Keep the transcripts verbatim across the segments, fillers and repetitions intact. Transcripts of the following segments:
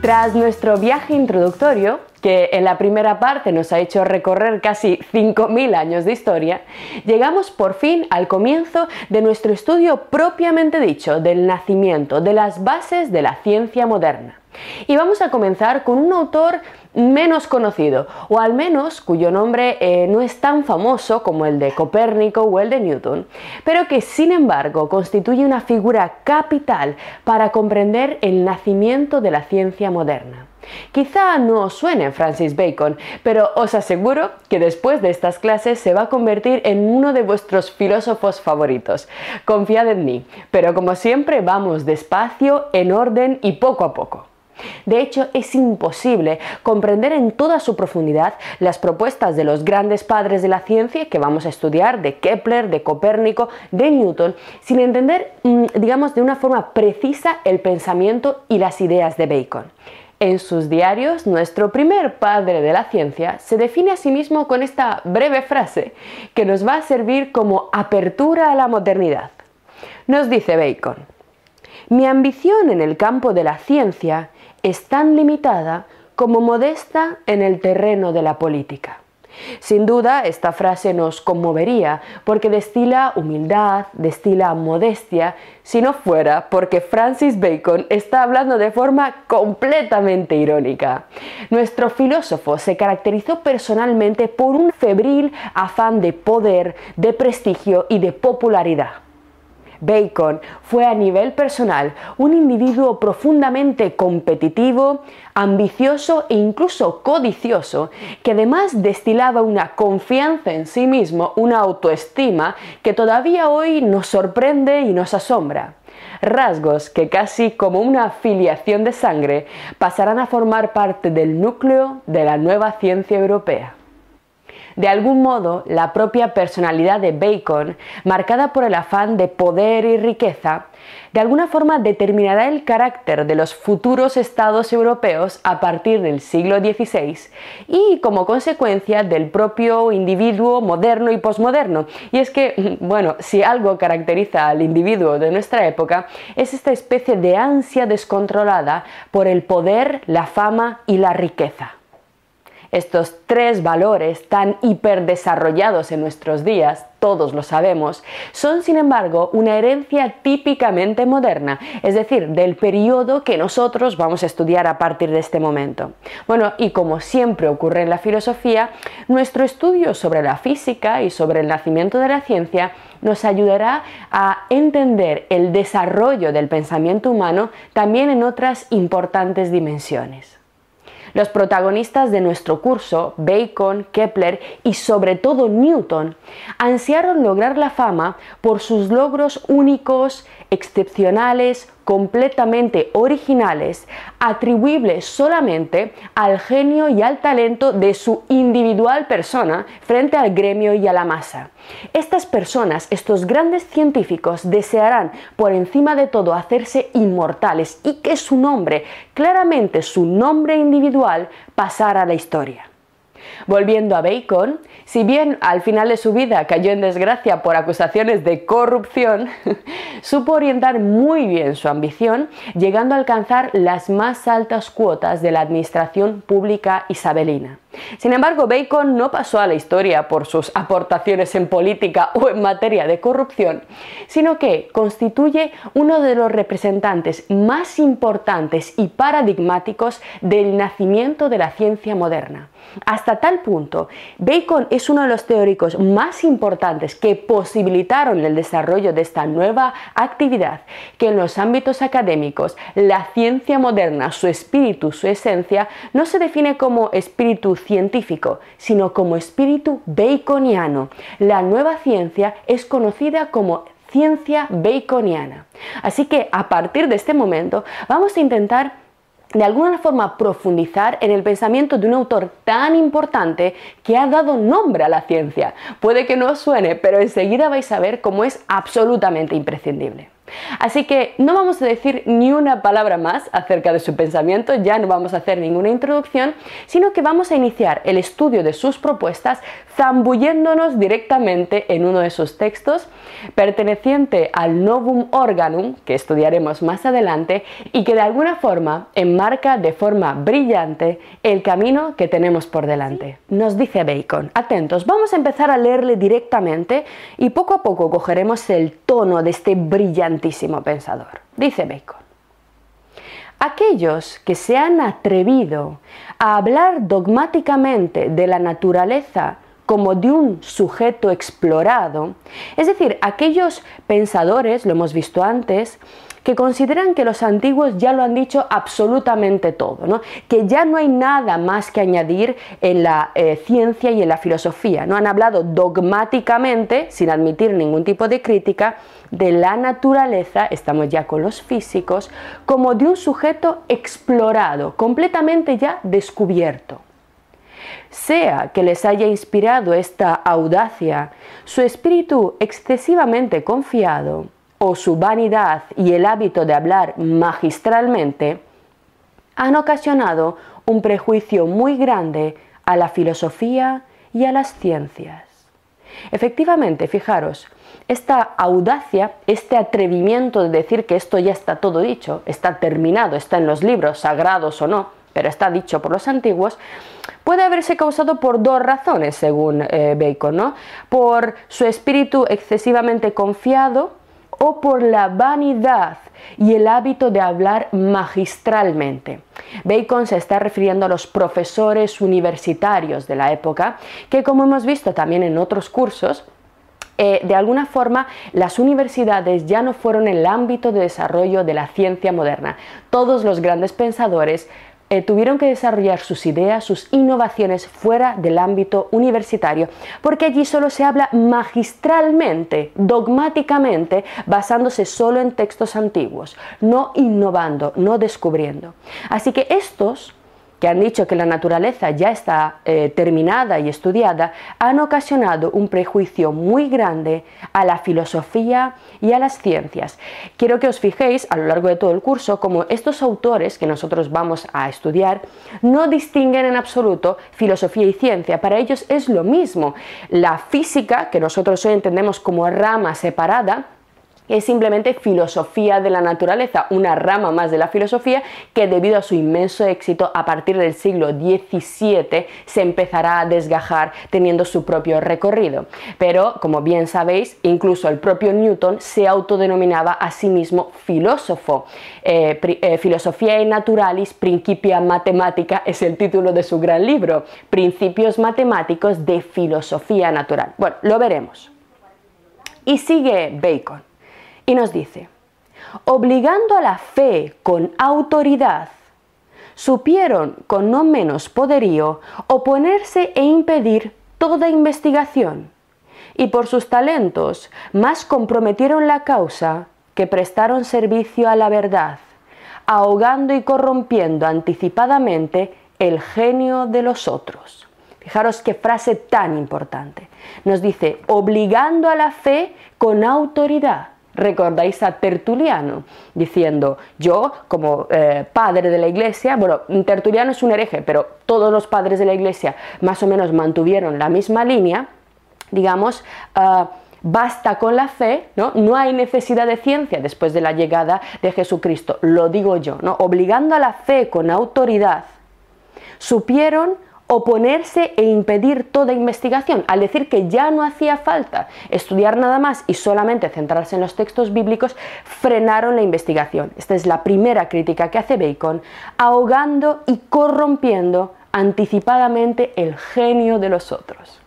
Tras nuestro viaje introductorio, que en la primera parte nos ha hecho recorrer casi cinco mil años de historia, llegamos por fin al comienzo de nuestro estudio propiamente dicho del nacimiento, de las bases de la ciencia moderna. Y vamos a comenzar con un autor menos conocido, o al menos cuyo nombre eh, no es tan famoso como el de Copérnico o el de Newton, pero que sin embargo constituye una figura capital para comprender el nacimiento de la ciencia moderna. Quizá no os suene Francis Bacon, pero os aseguro que después de estas clases se va a convertir en uno de vuestros filósofos favoritos. Confiad en mí, pero como siempre vamos despacio, en orden y poco a poco. De hecho, es imposible comprender en toda su profundidad las propuestas de los grandes padres de la ciencia que vamos a estudiar, de Kepler, de Copérnico, de Newton, sin entender, digamos, de una forma precisa el pensamiento y las ideas de Bacon. En sus diarios, nuestro primer padre de la ciencia se define a sí mismo con esta breve frase que nos va a servir como apertura a la modernidad. Nos dice Bacon: «Mi ambición en el campo de la ciencia es tan limitada como modesta en el terreno de la política». Sin duda, esta frase nos conmovería porque destila humildad, destila modestia, si no fuera porque Francis Bacon está hablando de forma completamente irónica. Nuestro filósofo se caracterizó personalmente por un febril afán de poder, de prestigio y de popularidad. Bacon fue a nivel personal un individuo profundamente competitivo, ambicioso e incluso codicioso, que además destilaba una confianza en sí mismo, una autoestima que todavía hoy nos sorprende y nos asombra. Rasgos que casi como una filiación de sangre pasarán a formar parte del núcleo de la nueva ciencia europea. De algún modo, la propia personalidad de Bacon, marcada por el afán de poder y riqueza, de alguna forma determinará el carácter de los futuros estados europeos a partir del siglo dieciséis y, como consecuencia, del propio individuo moderno y posmoderno. Y es que, bueno, si algo caracteriza al individuo de nuestra época, es esta especie de ansia descontrolada por el poder, la fama y la riqueza. Estos tres valores tan hiperdesarrollados en nuestros días, todos lo sabemos, son sin embargo una herencia típicamente moderna, es decir, del periodo que nosotros vamos a estudiar a partir de este momento. Bueno, y como siempre ocurre en la filosofía, nuestro estudio sobre la física y sobre el nacimiento de la ciencia nos ayudará a entender el desarrollo del pensamiento humano también en otras importantes dimensiones. Los protagonistas de nuestro curso, Bacon, Kepler y sobre todo Newton, ansiaron lograr la fama por sus logros únicos, excepcionales, completamente originales, atribuibles solamente al genio y al talento de su individual persona frente al gremio y a la masa. Estas personas, estos grandes científicos, desearán por encima de todo hacerse inmortales y que su nombre, claramente su nombre individual, pasara a la historia. Volviendo a Bacon, si bien al final de su vida cayó en desgracia por acusaciones de corrupción, supo orientar muy bien su ambición, llegando a alcanzar las más altas cuotas de la administración pública isabelina. Sin embargo, Bacon no pasó a la historia por sus aportaciones en política o en materia de corrupción, sino que constituye uno de los representantes más importantes y paradigmáticos del nacimiento de la ciencia moderna. Hasta tal punto, Bacon es uno de los teóricos más importantes que posibilitaron el desarrollo de esta nueva actividad, que en los ámbitos académicos, la ciencia moderna, su espíritu, su esencia, no se define como espíritu científico, sino como espíritu baconiano. La nueva ciencia es conocida como ciencia baconiana. Así que a partir de este momento vamos a intentar de alguna forma profundizar en el pensamiento de un autor tan importante que ha dado nombre a la ciencia. Puede que no os suene, pero enseguida vais a ver cómo es absolutamente imprescindible. Así que no vamos a decir ni una palabra más acerca de su pensamiento, ya no vamos a hacer ninguna introducción, sino que vamos a iniciar el estudio de sus propuestas zambulléndonos directamente en uno de sus textos, perteneciente al Novum Organum, que estudiaremos más adelante, y que de alguna forma enmarca de forma brillante el camino que tenemos por delante. Nos dice Bacon, atentos, vamos a empezar a leerle directamente y poco a poco cogeremos el tono de este brillantísimo pensador. Dice Bacon: aquellos que se han atrevido a hablar dogmáticamente de la naturaleza como de un sujeto explorado, es decir, aquellos pensadores, lo hemos visto antes, que consideran que los antiguos ya lo han dicho absolutamente todo, ¿no? Que ya no hay nada más que añadir en la eh, ciencia y en la filosofía, ¿no? Han hablado dogmáticamente, sin admitir ningún tipo de crítica, de la naturaleza, estamos ya con los físicos, como de un sujeto explorado, completamente ya descubierto. Sea que les haya inspirado esta audacia, su espíritu excesivamente confiado, o su vanidad y el hábito de hablar magistralmente, han ocasionado un prejuicio muy grande a la filosofía y a las ciencias. Efectivamente, fijaros, esta audacia, este atrevimiento de decir que esto ya está todo dicho, está terminado, está en los libros, sagrados o no, pero está dicho por los antiguos, puede haberse causado por dos razones, según eh, Bacon, ¿no? Por su espíritu excesivamente confiado o por la vanidad y el hábito de hablar magistralmente. Bacon se está refiriendo a los profesores universitarios de la época, que como hemos visto también en otros cursos, Eh, de alguna forma las universidades ya no fueron el ámbito de desarrollo de la ciencia moderna. Todos los grandes pensadores eh, tuvieron que desarrollar sus ideas, sus innovaciones fuera del ámbito universitario, porque allí solo se habla magistralmente, dogmáticamente, basándose solo en textos antiguos, no innovando, no descubriendo. Así que estos que han dicho que la naturaleza ya está eh, terminada y estudiada, han ocasionado un prejuicio muy grande a la filosofía y a las ciencias. Quiero que os fijéis a lo largo de todo el curso como estos autores que nosotros vamos a estudiar no distinguen en absoluto filosofía y ciencia. Para ellos es lo mismo. La física, que nosotros hoy entendemos como rama separada, es simplemente filosofía de la naturaleza, una rama más de la filosofía que debido a su inmenso éxito a partir del siglo diecisiete se empezará a desgajar teniendo su propio recorrido. Pero, como bien sabéis, incluso el propio Newton se autodenominaba a sí mismo filósofo. Eh, eh, Filosofía Naturalis Principia Mathematica es el título de su gran libro, Principios Matemáticos de Filosofía Natural. Bueno, lo veremos. Y sigue Bacon. Y nos dice, obligando a la fe con autoridad, supieron con no menos poderío oponerse e impedir toda investigación, y por sus talentos más comprometieron la causa que prestaron servicio a la verdad, ahogando y corrompiendo anticipadamente el genio de los otros. Fijaros qué frase tan importante. Nos dice, obligando a la fe con autoridad. Recordáis a Tertuliano diciendo, yo como eh, padre de la iglesia, bueno, Tertuliano es un hereje, pero todos los padres de la iglesia más o menos mantuvieron la misma línea, digamos, uh, basta con la fe, ¿no? No hay necesidad de ciencia después de la llegada de Jesucristo, lo digo yo, ¿no? Obligando a la fe con autoridad, supieron oponerse e impedir toda investigación, al decir que ya no hacía falta estudiar nada más y solamente centrarse en los textos bíblicos, frenaron la investigación. Esta es la primera crítica que hace Bacon, ahogando y corrompiendo anticipadamente el genio de los otros.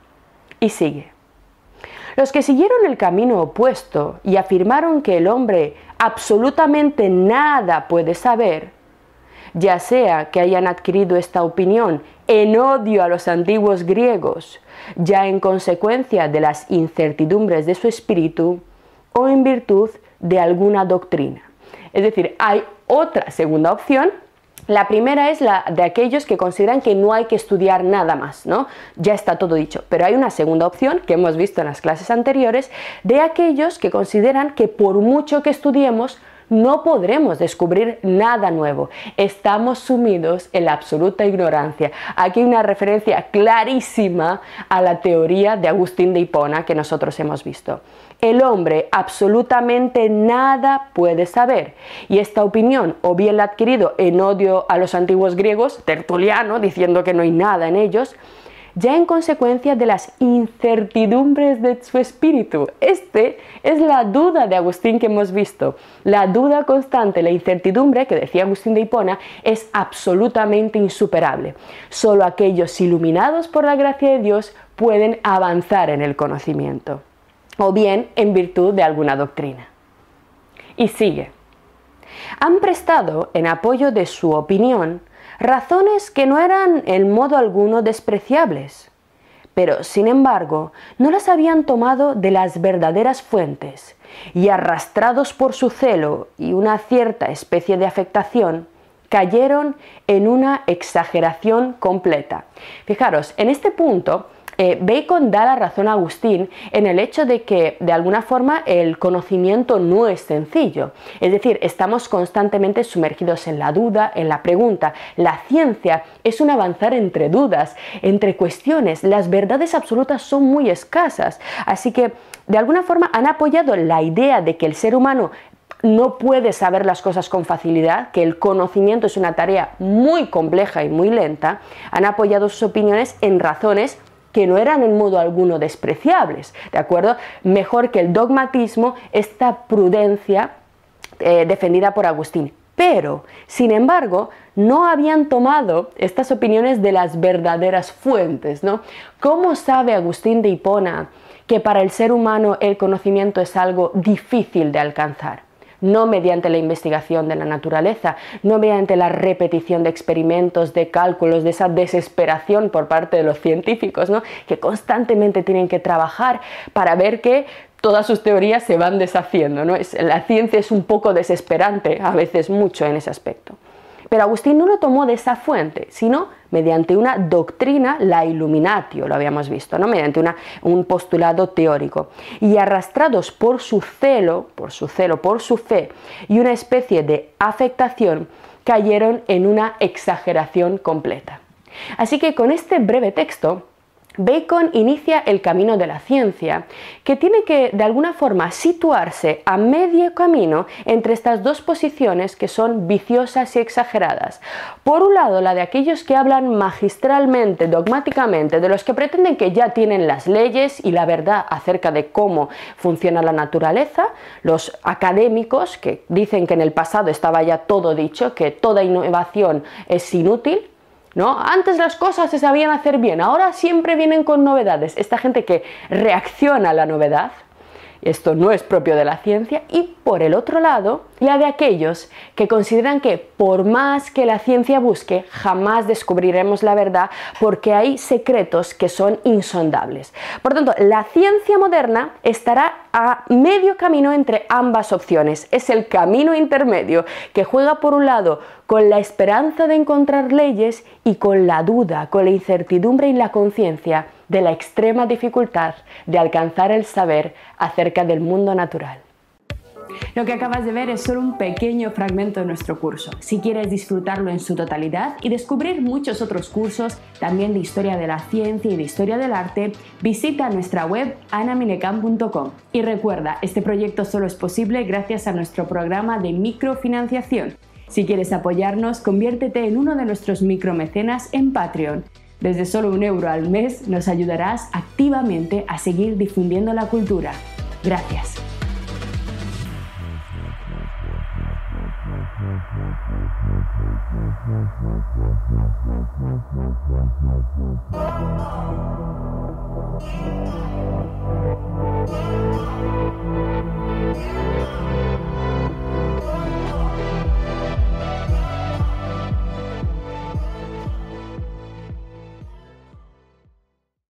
Y sigue. Los que siguieron el camino opuesto y afirmaron que el hombre absolutamente nada puede saber, ya sea que hayan adquirido esta opinión en odio a los antiguos griegos, ya en consecuencia de las incertidumbres de su espíritu, o en virtud de alguna doctrina. Es decir, hay otra segunda opción La primera es la de aquellos que consideran que no hay que estudiar nada más, ¿no? Ya está todo dicho. Pero hay una segunda opción que hemos visto en las clases anteriores, de aquellos que consideran que por mucho que estudiemos no podremos descubrir nada nuevo. Estamos sumidos en la absoluta ignorancia. Aquí hay una referencia clarísima a la teoría de Agustín de Hipona que nosotros hemos visto. El hombre absolutamente nada puede saber, y esta opinión o bien la ha adquirido en odio a los antiguos griegos, Tertuliano diciendo que no hay nada en ellos, ya en consecuencia de las incertidumbres de su espíritu. Este es la duda de Agustín que hemos visto. La duda constante, la incertidumbre, que decía Agustín de Hipona, es absolutamente insuperable. Solo aquellos iluminados por la gracia de Dios pueden avanzar en el conocimiento, o bien en virtud de alguna doctrina. Y sigue. Han prestado, en apoyo de su opinión, razones que no eran en modo alguno despreciables, pero sin embargo no las habían tomado de las verdaderas fuentes, y arrastrados por su celo y una cierta especie de afectación, cayeron en una exageración completa. Fijaros, en este punto Eh, Bacon da la razón a Agustín en el hecho de que, de alguna forma, el conocimiento no es sencillo. Es decir, estamos constantemente sumergidos en la duda, en la pregunta. La ciencia es un avanzar entre dudas, entre cuestiones. Las verdades absolutas son muy escasas. Así que, de alguna forma, han apoyado la idea de que el ser humano no puede saber las cosas con facilidad, que el conocimiento es una tarea muy compleja y muy lenta. Han apoyado sus opiniones en razones que no eran en modo alguno despreciables, ¿de acuerdo? Mejor que el dogmatismo, esta prudencia eh, defendida por Agustín. Pero, sin embargo, no habían tomado estas opiniones de las verdaderas fuentes, ¿no? ¿Cómo sabe Agustín de Hipona que para el ser humano el conocimiento es algo difícil de alcanzar? No mediante la investigación de la naturaleza, no mediante la repetición de experimentos, de cálculos, de esa desesperación por parte de los científicos, ¿no? Que constantemente tienen que trabajar para ver que todas sus teorías se van deshaciendo, ¿no? Es, la ciencia es un poco desesperante, a veces mucho en ese aspecto. Pero Agustín no lo tomó de esa fuente, sino mediante una doctrina, la illuminatio, lo habíamos visto, ¿no? Mediante una, un postulado teórico. Y arrastrados por su celo, por su celo, por su fe y una especie de afectación, cayeron en una exageración completa. Así que con este breve texto, Bacon inicia el camino de la ciencia, que tiene que de alguna forma situarse a medio camino entre estas dos posiciones que son viciosas y exageradas. Por un lado, la de aquellos que hablan magistralmente, dogmáticamente, de los que pretenden que ya tienen las leyes y la verdad acerca de cómo funciona la naturaleza, los académicos que dicen que en el pasado estaba ya todo dicho, que toda innovación es inútil, ¿no? Antes las cosas se sabían hacer bien, ahora siempre vienen con novedades. Esta gente que reacciona a la novedad, esto no es propio de la ciencia. Y por el otro lado, la de aquellos que consideran que por más que la ciencia busque, jamás descubriremos la verdad porque hay secretos que son insondables. Por tanto, la ciencia moderna estará a medio camino entre ambas opciones. Es el camino intermedio que juega por un lado con la esperanza de encontrar leyes y con la duda, con la incertidumbre y la conciencia de la extrema dificultad de alcanzar el saber acerca del mundo natural. Lo que acabas de ver es solo un pequeño fragmento de nuestro curso. Si quieres disfrutarlo en su totalidad y descubrir muchos otros cursos, también de historia de la ciencia y de historia del arte, visita nuestra web ana minecam punto com. Y recuerda, este proyecto solo es posible gracias a nuestro programa de microfinanciación. Si quieres apoyarnos, conviértete en uno de nuestros micromecenas en Patreon. Desde solo un euro al mes nos ayudarás activamente a seguir difundiendo la cultura. Gracias. Thank you.